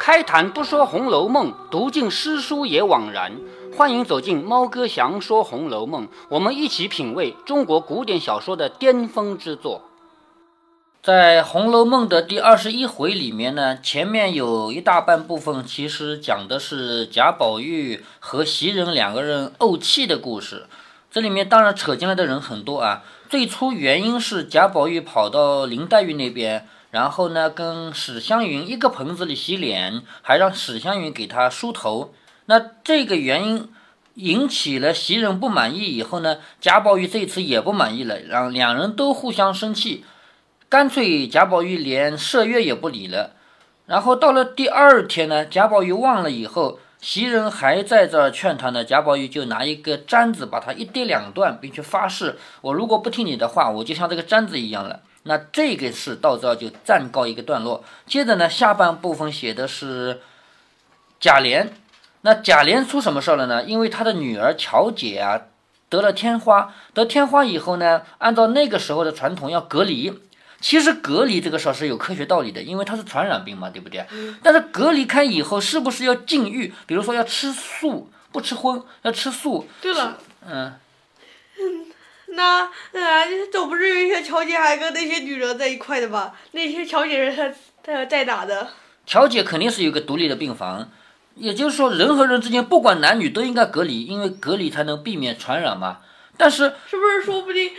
开坛不说《红楼梦》，读尽诗书也枉然。欢迎走进猫哥祥说《红楼梦》，我们一起品味中国古典小说的巅峰之作。在《红楼梦》的第21回里面呢，前面有一大半部分其实讲的是贾宝玉和袭人两个人怄气的故事。这里面当然扯进来的人很多啊。最初原因是贾宝玉跑到林黛玉那边，然后呢跟史湘云一个盆子里洗脸，还让史湘云给他梳头。那这个原因引起了袭人不满意以后呢，贾宝玉这次也不满意了，让两人都互相生气，干脆贾宝玉连麝月也不理了。然后到了第二天呢，贾宝玉忘了以后，袭人还在这儿劝他呢，贾宝玉就拿一个簪子把他一跌两断，并且发誓，我如果不听你的话，我就像这个簪子一样了。那这个事到这儿就暂告一个段落。接着呢，下半部分写的是贾琏。那贾琏出什么事了呢？因为他的女儿巧姐啊得了天花，得天花以后呢，按照那个时候的传统要隔离。其实隔离这个事儿是有科学道理的，因为它是传染病嘛，对不对？但是隔离开以后是不是要禁欲？比如说要吃素，不吃荤，要吃素。 对了，那总不至于像乔姐还跟那些女人在一块的吧？那些乔姐是她在哪的？ 乔姐肯定是有个独立的病房，也就是说人和人之间不管男女都应该隔离，因为隔离才能避免传染嘛。但是是不是说不定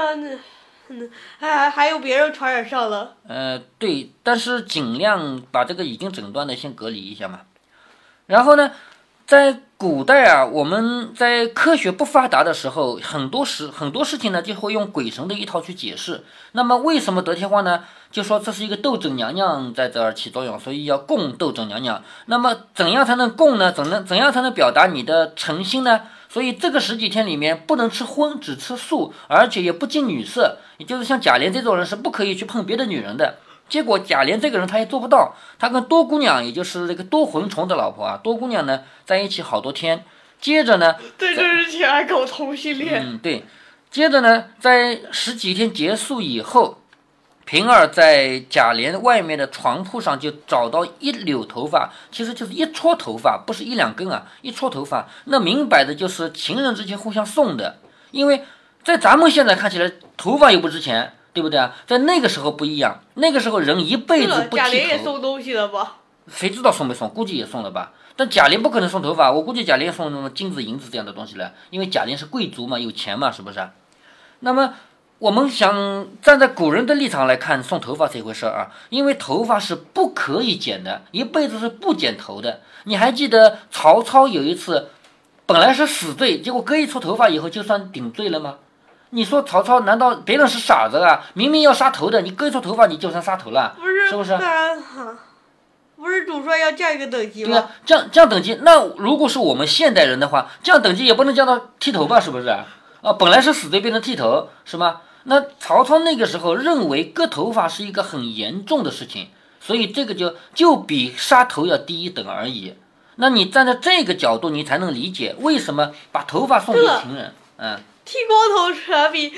还有别人传染上了？ 对，但是尽量把这个已经诊断的先隔离一下嘛。然后呢，在古代啊，我们在科学不发达的时候，很多事情呢就会用鬼神的一套去解释。那么为什么得天花呢？就说这是一个斗枕娘娘在这儿起作用，所以要供斗枕娘娘。那么怎样才能供呢？怎样才能表达你的诚心呢？所以这个10几天里面不能吃荤，只吃素，而且也不近女色，也就是像贾琏这种人是不可以去碰别的女人的。结果贾琏这个人他也做不到，他跟多姑娘，也就是那个多魂虫的老婆啊，多姑娘呢在一起好多天。接着呢， 对，这之前还搞同性恋。 对。接着呢，在10几天结束以后，平儿在贾琏外面的床铺上就找到一绺头发，其实就是一撮头发，不是一两根啊，一撮头发。那明摆的就是情人之间互相送的，因为在咱们现在看起来头发又不值钱，对不对啊？在那个时候不一样，那个时候人一辈子不剃头。 贾琏也送东西了吧？ 谁知道送没送？估计也送了吧。但贾琏不可能送头发，我估计贾琏送什么金子银子这样的东西了，因为贾琏是贵族嘛，有钱嘛，是不是？那么我们想站在古人的立场来看送头发这回事啊，因为头发是不可以剪的，一辈子是不剪头的。你还记得曹操有一次本来是死罪，结果割一撮头发以后就算顶罪了吗？你说曹操难道别人是傻子啊？明明要杀头的，你割一撮头发你就算杀头了，是不是？ 不是主说要降一个等级吗？ 对啊，降等级。那如果是我们现代人的话，降等级也不能降到剃头吧？是不是啊？本来是死罪变成剃头，是吗？那曹操那个时候认为割头发是一个很严重的事情，所以这个就比杀头要低一等而已。那你站在这个角度，你才能理解为什么把头发送给情人。 剃光头是比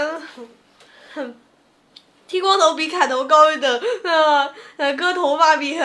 剃光头比砍头高一等，割头发比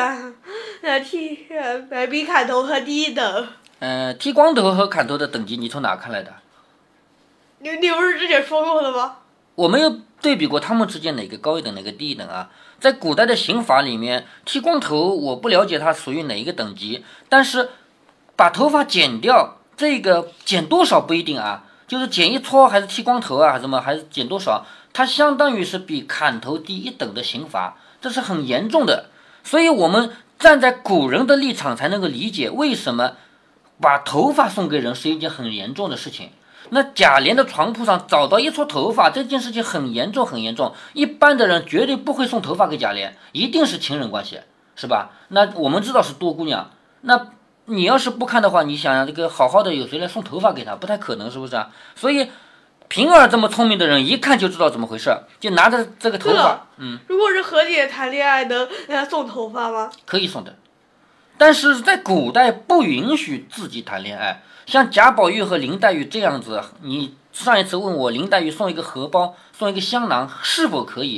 砍头还低一等。 剃光头和砍头的等级你从哪看来的？ 你不是之前说过了吗？ 我没有对比过他们之间哪个高一等哪个低一等啊。在古代的刑法里面，剃光头我不了解它属于哪一个等级，但是把头发剪掉，这个剪多少不一定啊，就是剪一撮还是剃光头啊，还是剪多少，它相当于是比砍头低一等的刑罚，这是很严重的。所以我们站在古人的立场才能够理解为什么把头发送给人是一件很严重的事情。那贾琏的床铺上找到一撮头发，这件事情很严重很严重，一般的人绝对不会送头发给贾琏，一定是情人关系，是吧？那我们知道是多姑娘，那你要是不看的话，你想这个好好的有谁来送头发给他？不太可能，是不是啊？所以平儿这么聪明的人一看就知道怎么回事，就拿着这个头发， 如果是和姐谈恋爱能送头发吗？ 可以送的，但是在古代不允许自己谈恋爱。像贾宝玉和林黛玉这样子，你上一次问我林黛玉送一个荷包，送一个香囊是否可以？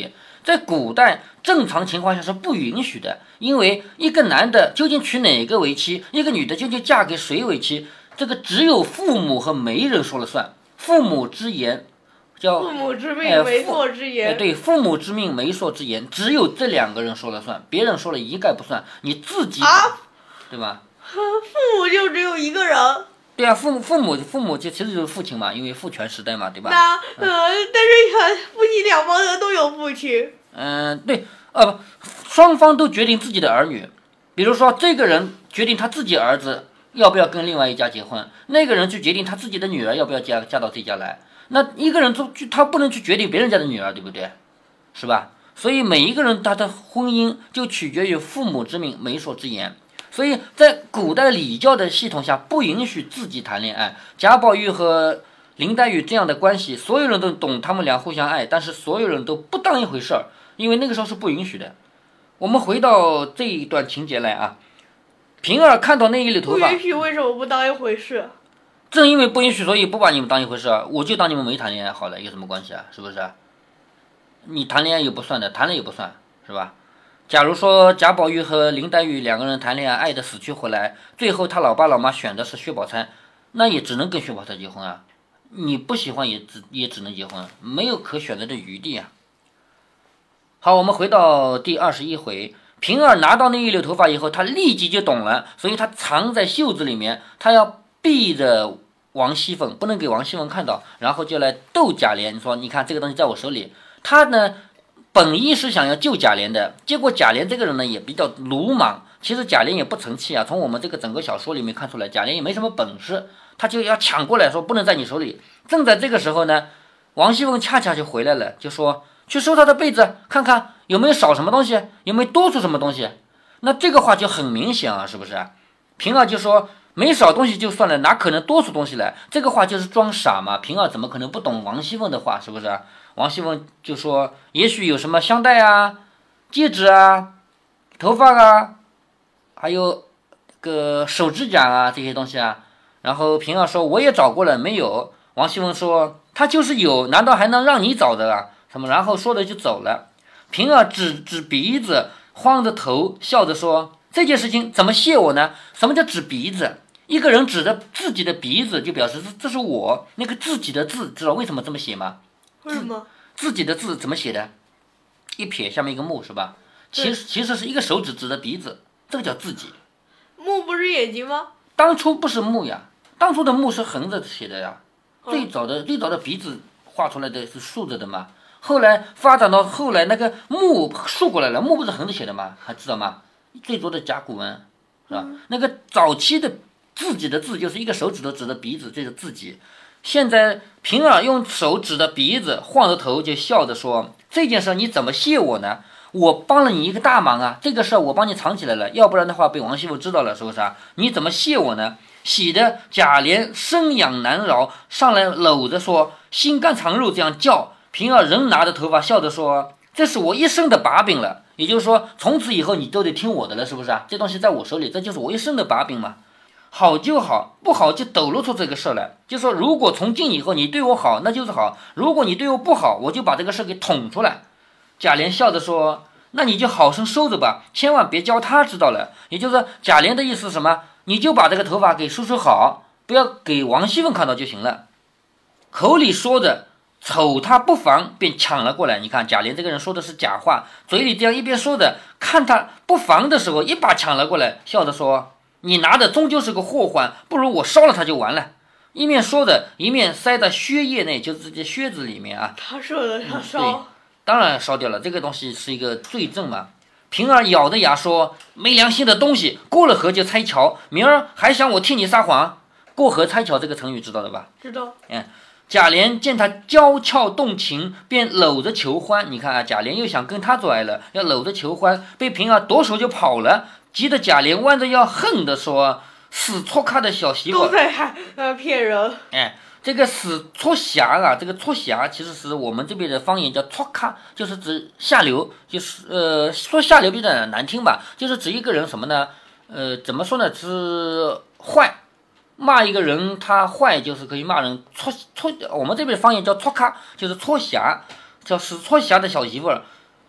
在古代正常情况下是不允许的，因为一个男的究竟娶哪个为妻，一个女的究竟嫁给谁为妻，这个只有父母和媒人说了算。父母之言叫父母之命，媒妁之言。 对，父母之命，媒妁之言，只有这2个人说了算，别人说了一概不算。你自己，对吧？ 父母就只有一个人。 对啊，父母就其实就是父亲嘛，因为父权时代嘛，对吧？ 但是夫妻两方人都有父亲。 对，双方都决定自己的儿女，比如说这个人决定他自己儿子要不要跟另外一家结婚，那个人去决定他自己的女儿要不要嫁到这家来。那一个人他不能去决定别人家的女儿，对不对？是吧？所以每一个人他的婚姻就取决于父母之命，媒妁之言。所以在古代礼教的系统下，不允许自己谈恋爱。贾宝玉和林黛玉这样的关系，所有人都懂他们俩互相爱，但是所有人都不当一回事儿，因为那个时候是不允许的。我们回到这一段情节来啊，平儿看到那一缕头发， 不允许为什么不当一回事？ 正因为不允许，所以不把你们当一回事啊，我就当你们没谈恋爱好了，有什么关系啊？是不是？你谈恋爱也不算的，谈了也不算，是吧？假如说贾宝玉和林黛玉2个人谈恋爱，爱得死去活来，最后他老爸老妈选的是薛宝钗，那也只能跟薛宝钗结婚啊。你不喜欢也只能结婚，没有可选择的余地啊。好，我们回到第21回，平儿拿到那一绺头发以后，他立即就懂了，所以他藏在袖子里面，他要避着王熙凤，不能给王熙凤看到，然后就来逗贾琏，你说你看这个东西在我手里。他呢本意是想要救贾琏的，结果贾琏这个人呢也比较鲁莽，其实贾琏也不成器啊，从我们这个整个小说里面看出来，贾琏也没什么本事，他就要抢过来说不能在你手里。正在这个时候呢，王熙凤恰恰就回来了，就说去收他的被子，看看有没有少什么东西，有没有多出什么东西。那这个话就很明显啊，是不是？平儿就说没少东西就算了，哪可能多出东西来？这个话就是装傻嘛。平儿怎么可能不懂王熙凤的话，是不是？王熙凤就说也许有什么香袋啊、戒指啊、头发啊，还有个手指甲啊这些东西啊。然后平儿说我也找过了，没有。王熙凤说他就是有，难道还能让你找的啊？什么？然后说着就走了。平儿指鼻子，晃着头，笑着说这件事情怎么谢我呢？什么叫指鼻子？一个人指着自己的鼻子就表示这是我。那个自己的字知道为什么这么写吗？ 为什么？ 自己的字怎么写的？一撇下面一个木，是吧？其实是一个手指指着鼻子，这个叫自己。 木不是眼睛吗？ 当初不是木呀，当初的木是横着写的呀。最早的鼻子画出来的是竖着的嘛。后来发展到后来那个木竖过来了，木不是横着写的吗？还知道吗？最多的甲骨文是吧？那个早期的自己的字就是一个手指头指着鼻子，这是自己。现在平儿用手指着鼻子，晃着头就笑着说这件事你怎么谢我呢？我帮了你一个大忙啊，这个事我帮你藏起来了，要不然的话被王熙凤知道了，是不是啊？你怎么谢我呢？喜得贾琏生养难饶，上来搂着说心肝肠肉这样叫。平儿仍拿着头发笑着说这是我一生的把柄了，也就是说从此以后你都得听我的了，是不是啊？这东西在我手里，这就是我一生的把柄嘛。好就好，不好就抖露出这个事来，就说如果从今以后你对我好那就是好，如果你对我不好，我就把这个事给捅出来。贾琏笑着说那你就好生收着吧，千万别教他知道了。也就是说贾琏的意思是什么？你就把这个头发给梳好，不要给王熙凤看到就行了。口里说着瞅他不防，便抢了过来。你看贾琏这个人说的是假话，嘴里这样一边说着，看他不防的时候，一把抢了过来，笑着说你拿的终究是个祸患，不如我烧了它就完了。一面说着，一面塞到靴叶内，就是这靴子里面啊。 他说的要烧， 对，当然烧掉了，这个东西是一个罪证嘛。平儿咬着牙说没良心的东西，过了河就拆桥，明儿还想我替你撒谎？过河拆桥这个成语知道的吧？ 知道。 贾琏见他娇俏动情，便搂着求欢。你看啊，贾琏又想跟他做爱了，要搂着求欢，被平儿夺手就跑了。急得贾琏弯着腰恨地说死戳咖的小媳妇都在骗人。 这个死戳匣啊，这个戳匣其实是我们这边的方言叫戳咖，就是指下流，就是说下流比较难听吧，就是指一个人什么呢？怎么说呢？是坏，骂一个人他坏，就是可以骂人戳，我们这边的方言叫戳咖，就是戳匣，叫死戳匣的小媳妇儿。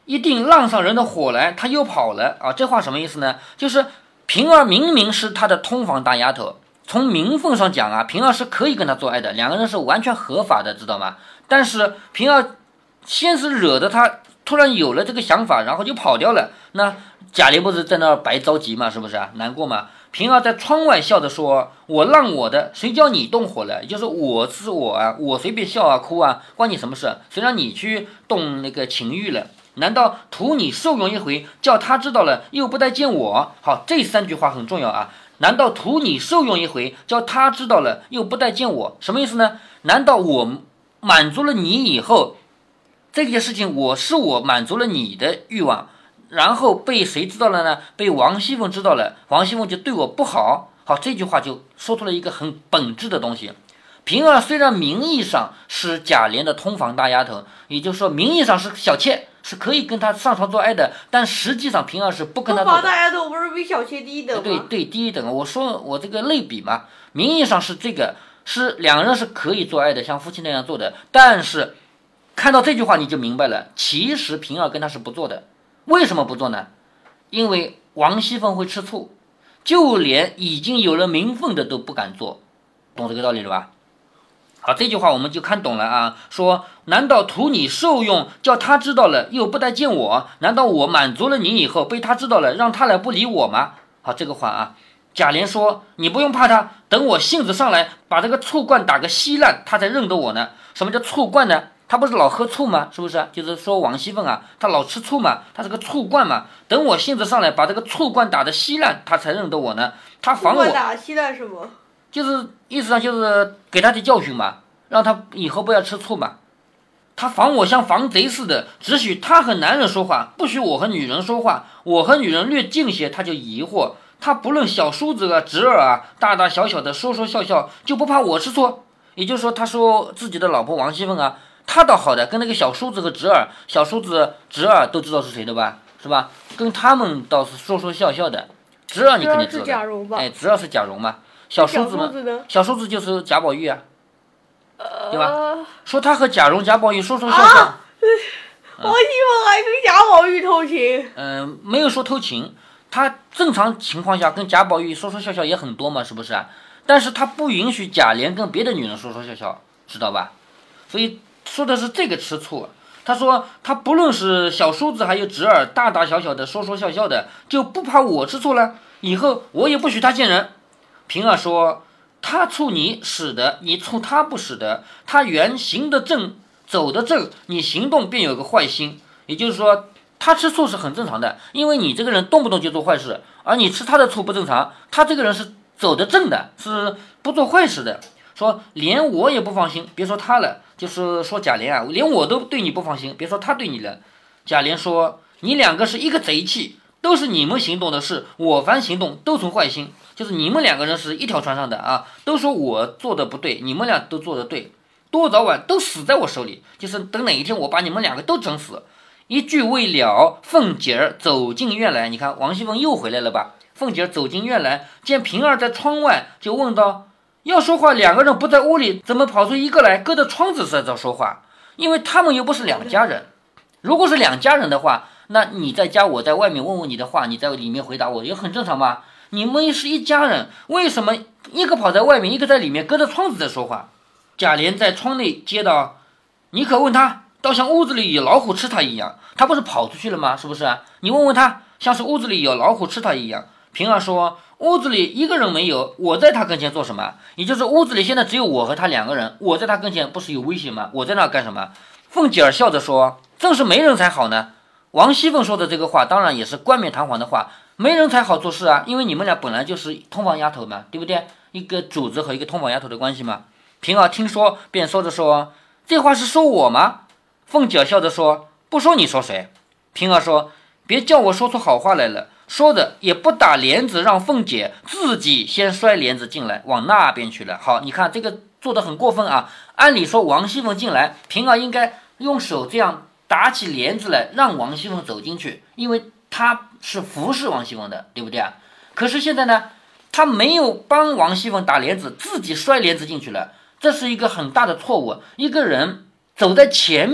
一定浪上人的火来，他又跑了啊！这话什么意思呢？就是平儿明明是他的通房大丫头，从名分上讲啊，平儿是可以跟他做爱的，两个人是完全合法的，知道吗？但是平儿先是惹得他突然有了这个想法，然后就跑掉了。那贾琏不是在那儿白着急嘛，是不是啊？难过嘛。平儿在窗外笑着说：“我浪我的，谁叫你动火了？也就是我是我啊，我随便笑啊哭啊，关你什么事？谁让你去动那个情欲了？难道图你受用一回，叫他知道了又不待见我？”好，这3句话很重要啊。难道图你受用一回，叫他知道了又不待见我？什么意思呢？难道我满足了你以后，这件事情我满足了你的欲望，然后被谁知道了呢？被王熙凤知道了，王熙凤就对我不好。好，这句话就说出了一个很本质的东西。平儿虽然名义上是贾琏的通房大丫头，也就是说名义上是小妾，是可以跟他上床做爱的，但实际上平儿是不跟他做的。 通房大丫头不是比小妾低一等吗？ 对，低一等。我说我这个类比嘛，名义上是这个，是两人是可以做爱的，像夫妻那样做的，但是看到这句话你就明白了，其实平儿跟他是不做的。为什么不做呢？因为王熙凤会吃醋，就连已经有了名分的都不敢做，懂这个道理了吧？好，这句话我们就看懂了啊。说难道图你受用，叫他知道了又不待见我？难道我满足了你以后被他知道了，让他来不理我吗？好，这个话啊，贾琏说你不用怕他，等我性子上来，把这个醋罐打个稀烂，他才认得我呢。什么叫醋罐呢？他不是老喝醋吗？是不是？就是说王熙凤啊，他老吃醋嘛，他是个醋罐嘛。等我性子上来，把这个醋罐打得稀烂，他才认得我呢。他防我打稀烂什么？ 就是意思上就是给他的教训嘛，让他以后不要吃醋嘛。他防我像防贼似的，只许他和男人说话，不许我和女人说话。我和女人略近些，他就疑惑。他不论小叔子啊、侄儿啊，大大小小的说说笑笑，就不怕我吃醋。也就是说，他说自己的老婆王熙凤啊，他倒好的，跟那个小叔子和侄儿，小叔子、侄儿都知道是谁的吧？是吧？跟他们倒是说说笑笑的。侄儿你肯定知道的， 侄儿是贾蓉吧？ 哎，侄儿是贾蓉嘛。小叔子嘛，小叔子就是贾宝玉啊，对吧？说他和贾蓉、贾宝玉说说笑笑。 王熙凤还跟贾宝玉偷情？ 没有说偷情，他正常情况下跟贾宝玉说说笑笑也很多嘛，是不是啊？但是他不允许贾琏跟别的女人说说笑笑，知道吧？所以说的是这个吃醋。他说他不论是小叔子还有侄儿，大大小小的说说笑笑的，就不怕我吃醋了。以后我也不许他见人。平儿说他醋你使得，你醋他不使得。他原行得正，走得正，你行动便有个坏心。也就是说他吃醋是很正常的，因为你这个人动不动就做坏事，而你吃他的醋不正常。他这个人是走得正的，是不做坏事的。说连我也不放心，别说他了，就是说贾琏啊，连我都对你不放心，别说他对你了。贾琏说你两个是一个贼气，都是你们行动的事，我凡行动都存坏心，就是你们两个人是一条船上的啊，都说我做的不对，你们俩都做的对，多早晚都死在我手里，就是等哪一天我把你们两个都整死。一句未了，凤姐儿走进院来，你看王熙凤又回来了吧？凤姐儿走进院来，见平儿在窗外，就问道：要说话，两个人不在屋里，怎么跑出一个来，隔着窗子在这说话？因为他们又不是两家人。如果是两家人的话，那你在家，我在外面问问你的话，你在里面回答我，也很正常嘛。你们是一家人，为什么一个跑在外面，一个在里面，隔着窗子在说话？贾琏在窗内接道：你可问他，倒像屋子里有老虎吃他一样，他不是跑出去了吗？是不是啊？你问问他，像是屋子里有老虎吃他一样。平儿说屋子里一个人没有，我在他跟前做什么？也就是屋子里现在只有我和他两个人，我在他跟前不是有危险吗？我在那干什么？凤姐儿笑着说：正是没人才好呢。王熙凤说的这个话当然也是冠冕堂皇的话，没人才好做事啊，因为你们俩本来就是通房丫头嘛，对不对？一个主子和一个通房丫头的关系嘛。平儿听说便说着说：这话是说我吗？凤姐儿笑着说：不说你说谁？平儿说：别叫我说出好话来了。说着也不打帘子，让凤姐自己先摔帘子进来，往那边去了。好，你看这个做得很过分啊！按理说王熙凤进来，平儿应该用手这样打起帘子来，让王熙凤走进去，因为她是服侍王熙凤的，对不对啊？可是现在呢，她没有帮王熙凤打帘子，自己摔帘子进去了，这是一个很大的错误。一个人走在前面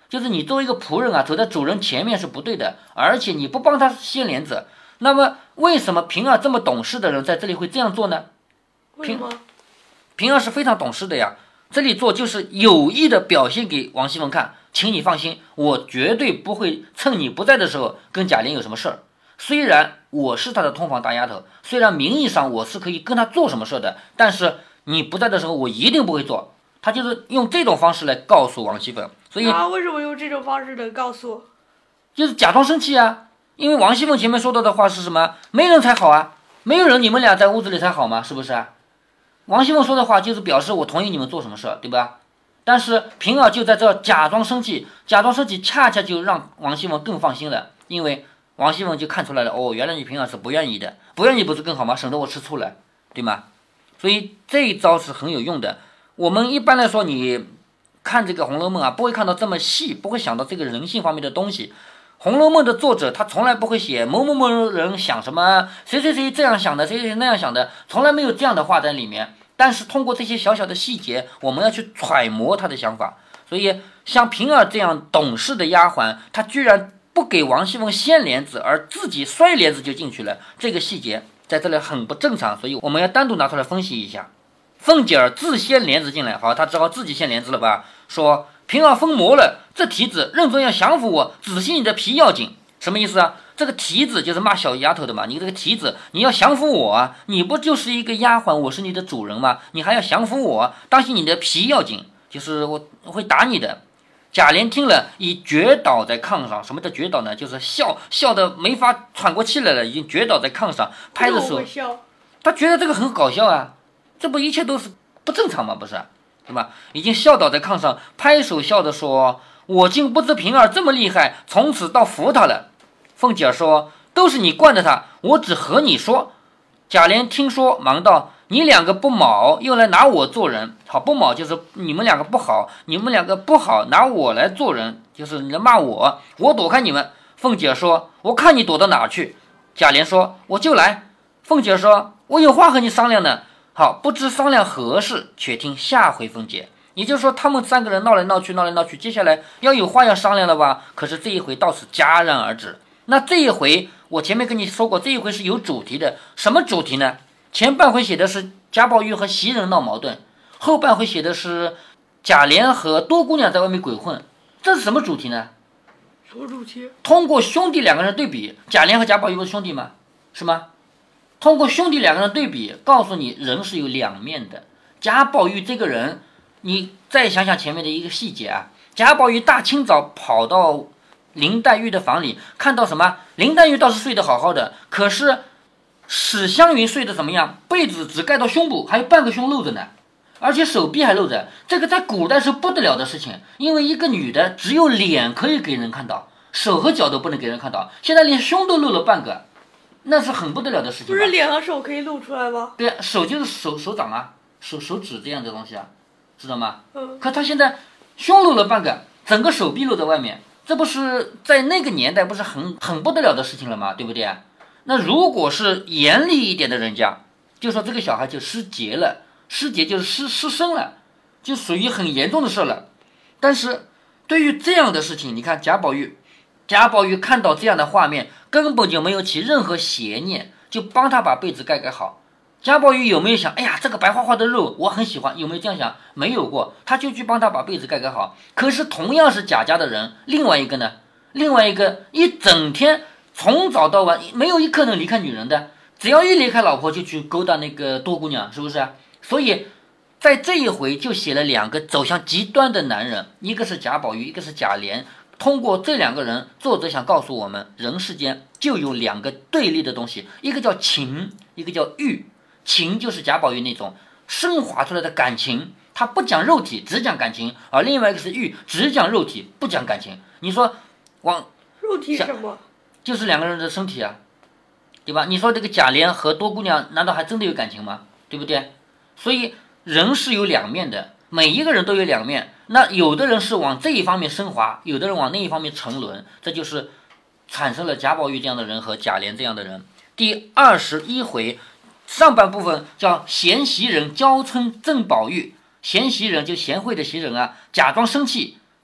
就是你作为一个仆人啊，走在主人前面是不对的，而且你不帮他掀帘子。那么为什么平儿这么懂事的人在这里会这样做呢？ 为什么？ 平儿是非常懂事的呀，这里做就是有意的表现给王熙凤看，请你放心，我绝对不会趁你不在的时候跟贾琏有什么事儿。虽然我是他的通房大丫头，虽然名义上我是可以跟他做什么事的，但是你不在的时候我一定不会做。他就是用这种方式来告诉王熙凤，所以为什么用这种方式来告诉？ 就是假装生气啊。因为王熙凤前面说到的话是什么？没人才好啊，没有人你们俩在屋子里才好吗？是不是啊？王熙凤说的话就是表示我同意你们做什么事，对吧？但是平儿就在这假装生气，假装生气恰恰就让王熙凤更放心了，因为王熙凤就看出来了，哦，原来你平儿是不愿意的，不愿意不是更好吗？省得我吃醋了，对吗？所以这一招是很有用的。我们一般来说，你看这个《红楼梦》啊，不会看到这么细，不会想到这个人性方面的东西。《红楼梦》的作者他从来不会写某某某人想什么，谁谁谁这样想的，谁谁那样想的，从来没有这样的话在里面。但是通过这些小小的细节，我们要去揣摩他的想法。所以像平儿这样懂事的丫鬟，她居然不给王熙凤掀帘子，而自己摔帘子就进去了，这个细节在这里很不正常，所以我们要单独拿出来分析一下。凤姐儿自掀帘子进来，好，她只好自己掀帘子了吧？说平儿疯魔了，这蹄子认真要降服我，仔细你的皮要紧。什么意思啊？这个蹄子就是骂小丫头的嘛，你这个蹄子你要降服我啊，你不就是一个丫鬟，我是你的主人吗？你还要降服我，当心你的皮要紧，就是我会打你的。贾琏听了已厥倒在炕上。什么叫厥倒呢？就是笑得没法喘过气来了，已经厥倒在炕上，拍的时候他觉得这个很搞笑啊，这不一切都是不正常吗？不是，对吧？已经笑倒在炕上，拍手笑着说，我竟不知平儿这么厉害，从此倒服他了。凤姐说，都是你惯着他，我只和你说。贾琏听说忙道，你两个不卯，又来拿我做人。好，不卯就是你们两个不好，你们两个不好，拿我来做人，就是你来骂我，我躲开你们。凤姐说，我看你躲到哪去。贾琏说，我就来。凤姐说，我有话和你商量呢。好，不知商量何事，且听下回分解。也就是说，他们三个人闹来闹去，接下来要有话要商量了吧？可是这一回到此戛然而止。那这一回我前面跟你说过，这一回是有主题的。什么主题呢？前半回写的是贾宝玉和袭人闹矛盾，后半回写的是贾琏和多姑娘在外面鬼混。这是什么主题呢？ 什么主题？ 通过兄弟两个人对比，贾琏和贾宝玉不是兄弟吗？是吗？通过兄弟两个人对比，告诉你人是有两面的。贾宝玉这个人，你再想想前面的一个细节啊，贾宝玉大清早跑到林黛玉的房里，看到什么？林黛玉倒是睡得好好的，可是史湘云睡得怎么样？被子只盖到胸部，还有半个胸露着呢，而且手臂还露着。这个在古代是不得了的事情，因为一个女的只有脸可以给人看到，手和脚都不能给人看到，现在连胸都露了半个，那是很不得了的事情。 不是脸和手可以露出来吗？ 对，手就是手掌啊，手指这样的东西啊，知道吗？ 嗯。 可他现在胸露了半个，整个手臂露在外面，这不是在那个年代不是很不得了的事情了吗？对不对啊？那如果是严厉一点的人家，就说这个小孩就失节了，失节就是失声了，就属于很严重的事了。但是对于这样的事情，你看贾宝玉看到这样的画面，根本就没有起任何邪念，就帮他把被子盖好。贾宝玉有没有想，哎呀，这个白花花的肉我很喜欢，有没有这样想？没有过，他就去帮他把被子盖好。可是同样是贾家的人，另外一个呢？另外一个一整天从早到晚没有一刻能离开女人的，只要一离开老婆就去勾搭那个多姑娘，是不是啊？所以在这一回就写了两个走向极端的男人，一个是贾宝玉，一个是贾琏。通过这两个人，作者想告诉我们，人世间就有两个对立的东西，一个叫情，一个叫欲。情就是贾宝玉那种升华出来的感情，他不讲肉体，只讲感情；而另外一个是欲，只讲肉体，不讲感情。你说肉体是什么？ 就是两个人的身体啊，对吧？你说这个贾琏和多姑娘难道还真的有感情吗？对不对？所以人是有两面的，每一个人都有两面。那有的人是往这一方面升华，有的人往那一方面沉沦，这就是产生了贾宝玉这样的人和贾琏这样的人。第21回上半部分叫贤袭人娇嗔郑宝玉，贤袭人就贤惠的袭人啊，假装生气，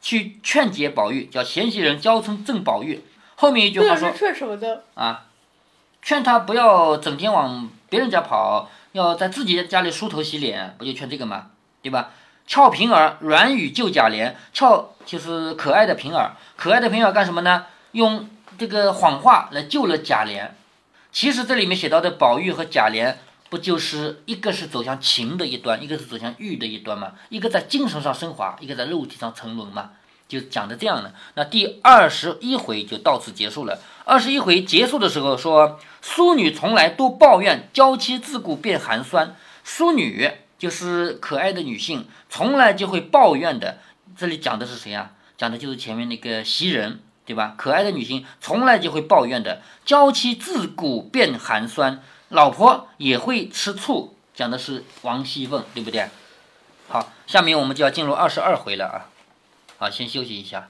去劝解宝玉，叫贤袭人交称赠宝玉。后面一句话说这是劝什么的啊，劝他不要整天往别人家跑，要在自己家里梳头洗脸，不就劝这个吗？对吧？俏平儿软语救贾琏，俏就是可爱的平儿，可爱的平儿干什么呢？用这个谎话来救了贾琏。其实这里面写到的宝玉和贾琏，不就是一个是走向情的一端，一个是走向欲的一端吗？一个在精神上升华，一个在肉体上沉沦吗？就讲的这样的。那第21回就到此结束了。21回结束的时候说，淑女从来多抱怨，娇妻自顾变寒酸。淑女就是可爱的女性，从来就会抱怨的。这里讲的是谁啊？讲的就是前面那个袭人，对吧？可爱的女性从来就会抱怨的，娇妻自顾变寒酸，老婆也会吃醋，讲的是王熙凤，对不对？好，下面我们就要进入22回了啊。好，先休息一下。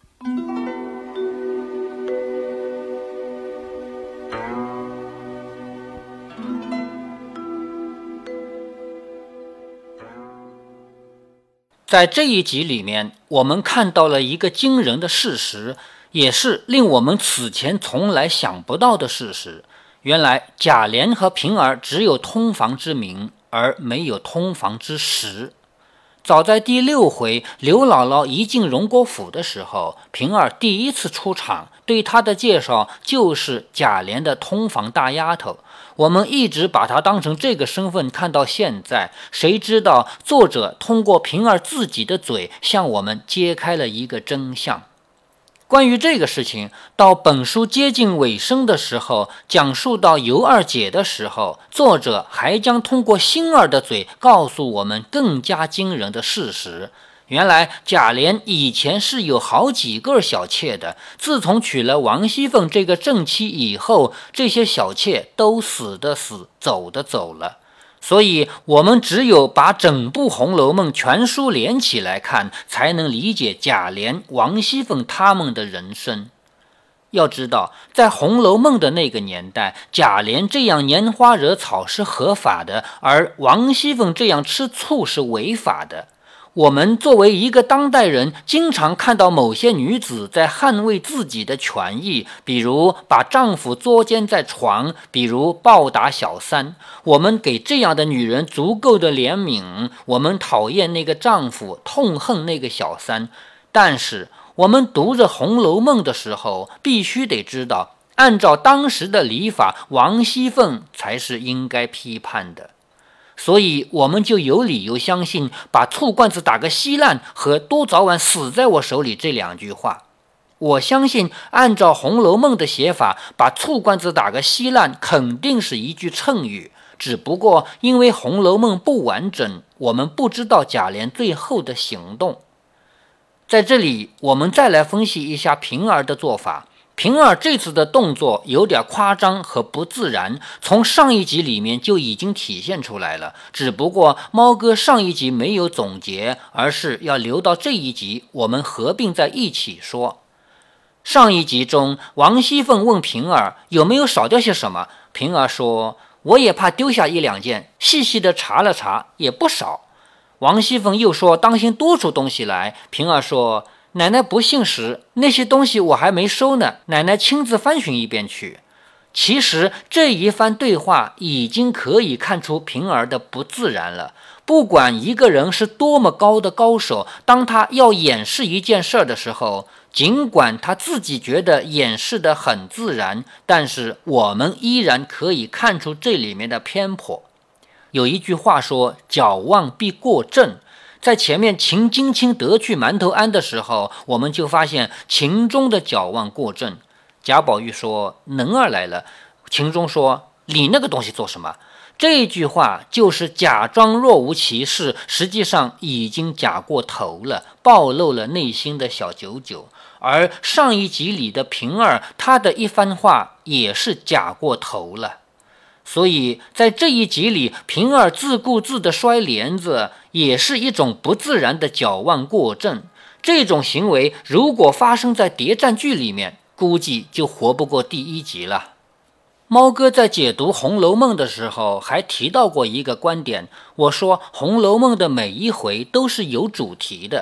在这一集里面，我们看到了一个惊人的事实，也是令我们此前从来想不到的事实。原来贾琏和平儿只有通房之名，而没有通房之实。早在第6回刘姥姥一进荣国府的时候，平儿第一次出场，对她的介绍就是贾琏的通房大丫头。我们一直把她当成这个身份看到现在，谁知道作者通过平儿自己的嘴向我们揭开了一个真相。关于这个事情，到本书接近尾声的时候，讲述到尤二姐的时候，作者还将通过星儿的嘴告诉我们更加惊人的事实。原来贾琏以前是有好几个小妾的，自从娶了王熙凤这个正妻以后，这些小妾都死的死，走的走了。所以我们只有把整部《红楼梦》全书连起来看，才能理解贾琏、王熙凤他们的人生。要知道，在《红楼梦》的那个年代，贾琏这样拈花惹草是合法的，而王熙凤这样吃醋是违法的。我们作为一个当代人，经常看到某些女子在捍卫自己的权益，比如把丈夫作奸在床，比如暴打小三。我们给这样的女人足够的怜悯，我们讨厌那个丈夫，痛恨那个小三。但是我们读着《红楼梦》的时候，必须得知道，按照当时的礼法，王熙凤才是应该批判的。所以我们就有理由相信，把醋罐子打个稀烂和多早晚死在我手里这两句话。我相信按照《红楼梦》的写法，把醋罐子打个稀烂肯定是一句谶语，只不过因为《红楼梦》不完整，我们不知道贾琏最后的行动。在这里我们再来分析一下平儿的做法。平儿这次的动作有点夸张和不自然，从上一集里面就已经体现出来了，只不过猫哥上一集没有总结，而是要留到这一集我们合并在一起说。上一集中，王熙凤问平儿有没有少掉些什么，平儿说我也怕丢下一两件，细细的查了查，也不少。王熙凤又说当心多出东西来，平儿说奶奶不信时，那些东西我还没收呢，奶奶亲自翻寻一遍去。其实这一番对话已经可以看出平儿的不自然了。不管一个人是多么高的高手，当他要掩饰一件事的时候，尽管他自己觉得掩饰得很自然，但是我们依然可以看出这里面的偏颇。有一句话说矫枉必过正，在前面秦金卿得去馒头庵的时候，我们就发现秦钟的矫枉过正。贾宝玉说能儿来了，秦钟说理那个东西做什么？这句话就是假装若无其事，实际上已经假过头了，暴露了内心的小九九。而上一集里的平儿，她的一番话也是假过头了。所以在这一集里，平儿自顾自的摔帘子也是一种不自然的矫枉过正。这种行为如果发生在谍战剧里面，估计就活不过第一集了。猫哥在解读《红楼梦》的时候还提到过一个观点，我说《红楼梦》的每一回都是有主题的，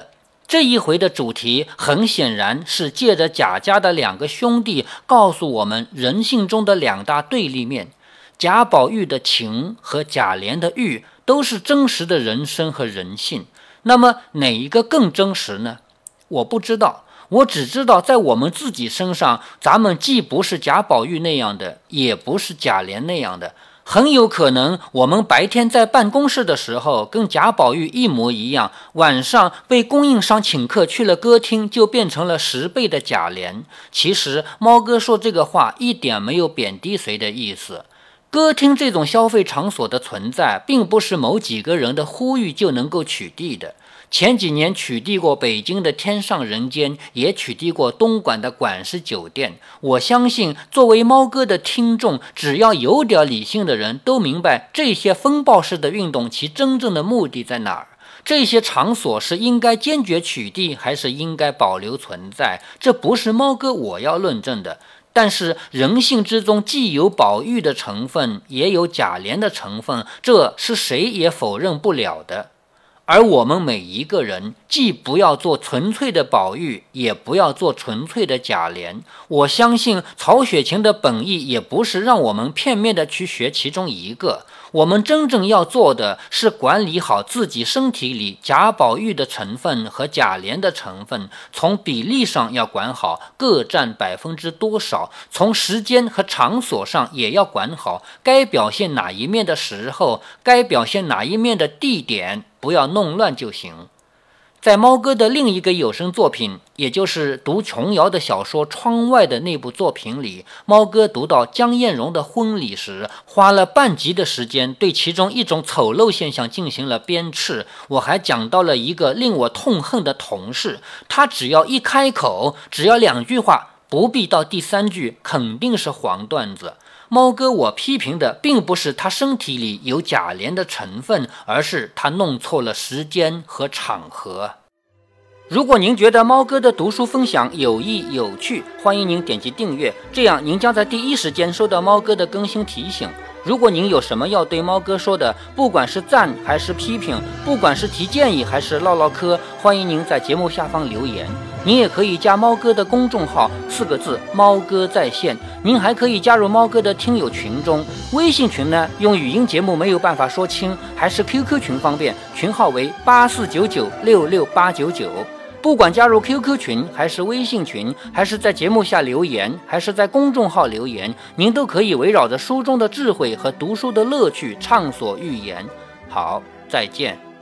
这一回的主题很显然是借着贾家的两个兄弟告诉我们人性中的两大对立面，贾宝玉的情和贾琏的欲都是真实的人生和人性。那么哪一个更真实呢？我不知道，我只知道在我们自己身上，咱们既不是贾宝玉那样的，也不是贾琏那样的。很有可能我们白天在办公室的时候跟贾宝玉一模一样，晚上被供应商请客去了歌厅，就变成了10倍的贾琏。其实猫哥说这个话一点没有贬低谁的意思。歌厅这种消费场所的存在，并不是某几个人的呼吁就能够取缔的。前几年取缔过北京的天上人间，也取缔过东莞的管式酒店。我相信作为猫哥的听众，只要有点理性的人都明白这些风暴式的运动其真正的目的在哪儿。这些场所是应该坚决取缔还是应该保留存在，这不是猫哥我要论证的。但是人性之中既有宝玉的成分，也有贾琏的成分，这是谁也否认不了的。而我们每一个人既不要做纯粹的宝玉，也不要做纯粹的贾琏。我相信曹雪芹的本意也不是让我们片面的去学其中一个，我们真正要做的是管理好自己身体里贾宝玉的成分和贾琏的成分，从比例上要管好，各占多少，从时间和场所上也要管好，该表现哪一面的时候，该表现哪一面的地点，不要弄乱就行。在猫哥的另一个有声作品，也就是读琼瑶的小说《窗外》的那部作品里，猫哥读到江艳蓉的婚礼时，花了半集的时间对其中一种丑陋现象进行了鞭笞。我还讲到了一个令我痛恨的同事，他只要一开口，只要2句话，不必到第3句，肯定是黄段子。猫哥我批评的并不是他身体里有贾琏的成分，而是他弄错了时间和场合。如果您觉得猫哥的读书分享有益有趣，欢迎您点击订阅，这样您将在第一时间收到猫哥的更新提醒。如果您有什么要对猫哥说的，不管是赞还是批评，不管是提建议还是唠唠嗑，欢迎您在节目下方留言。您也可以加猫哥的公众号，4个字，猫哥在线。您还可以加入猫哥的听友群中，微信群呢用语音节目没有办法说清，还是 QQ 群方便，群号为8499668899。不管加入 QQ 群还是微信群，还是在节目下留言，还是在公众号留言，您都可以围绕着书中的智慧和读书的乐趣畅所欲言。好，再见。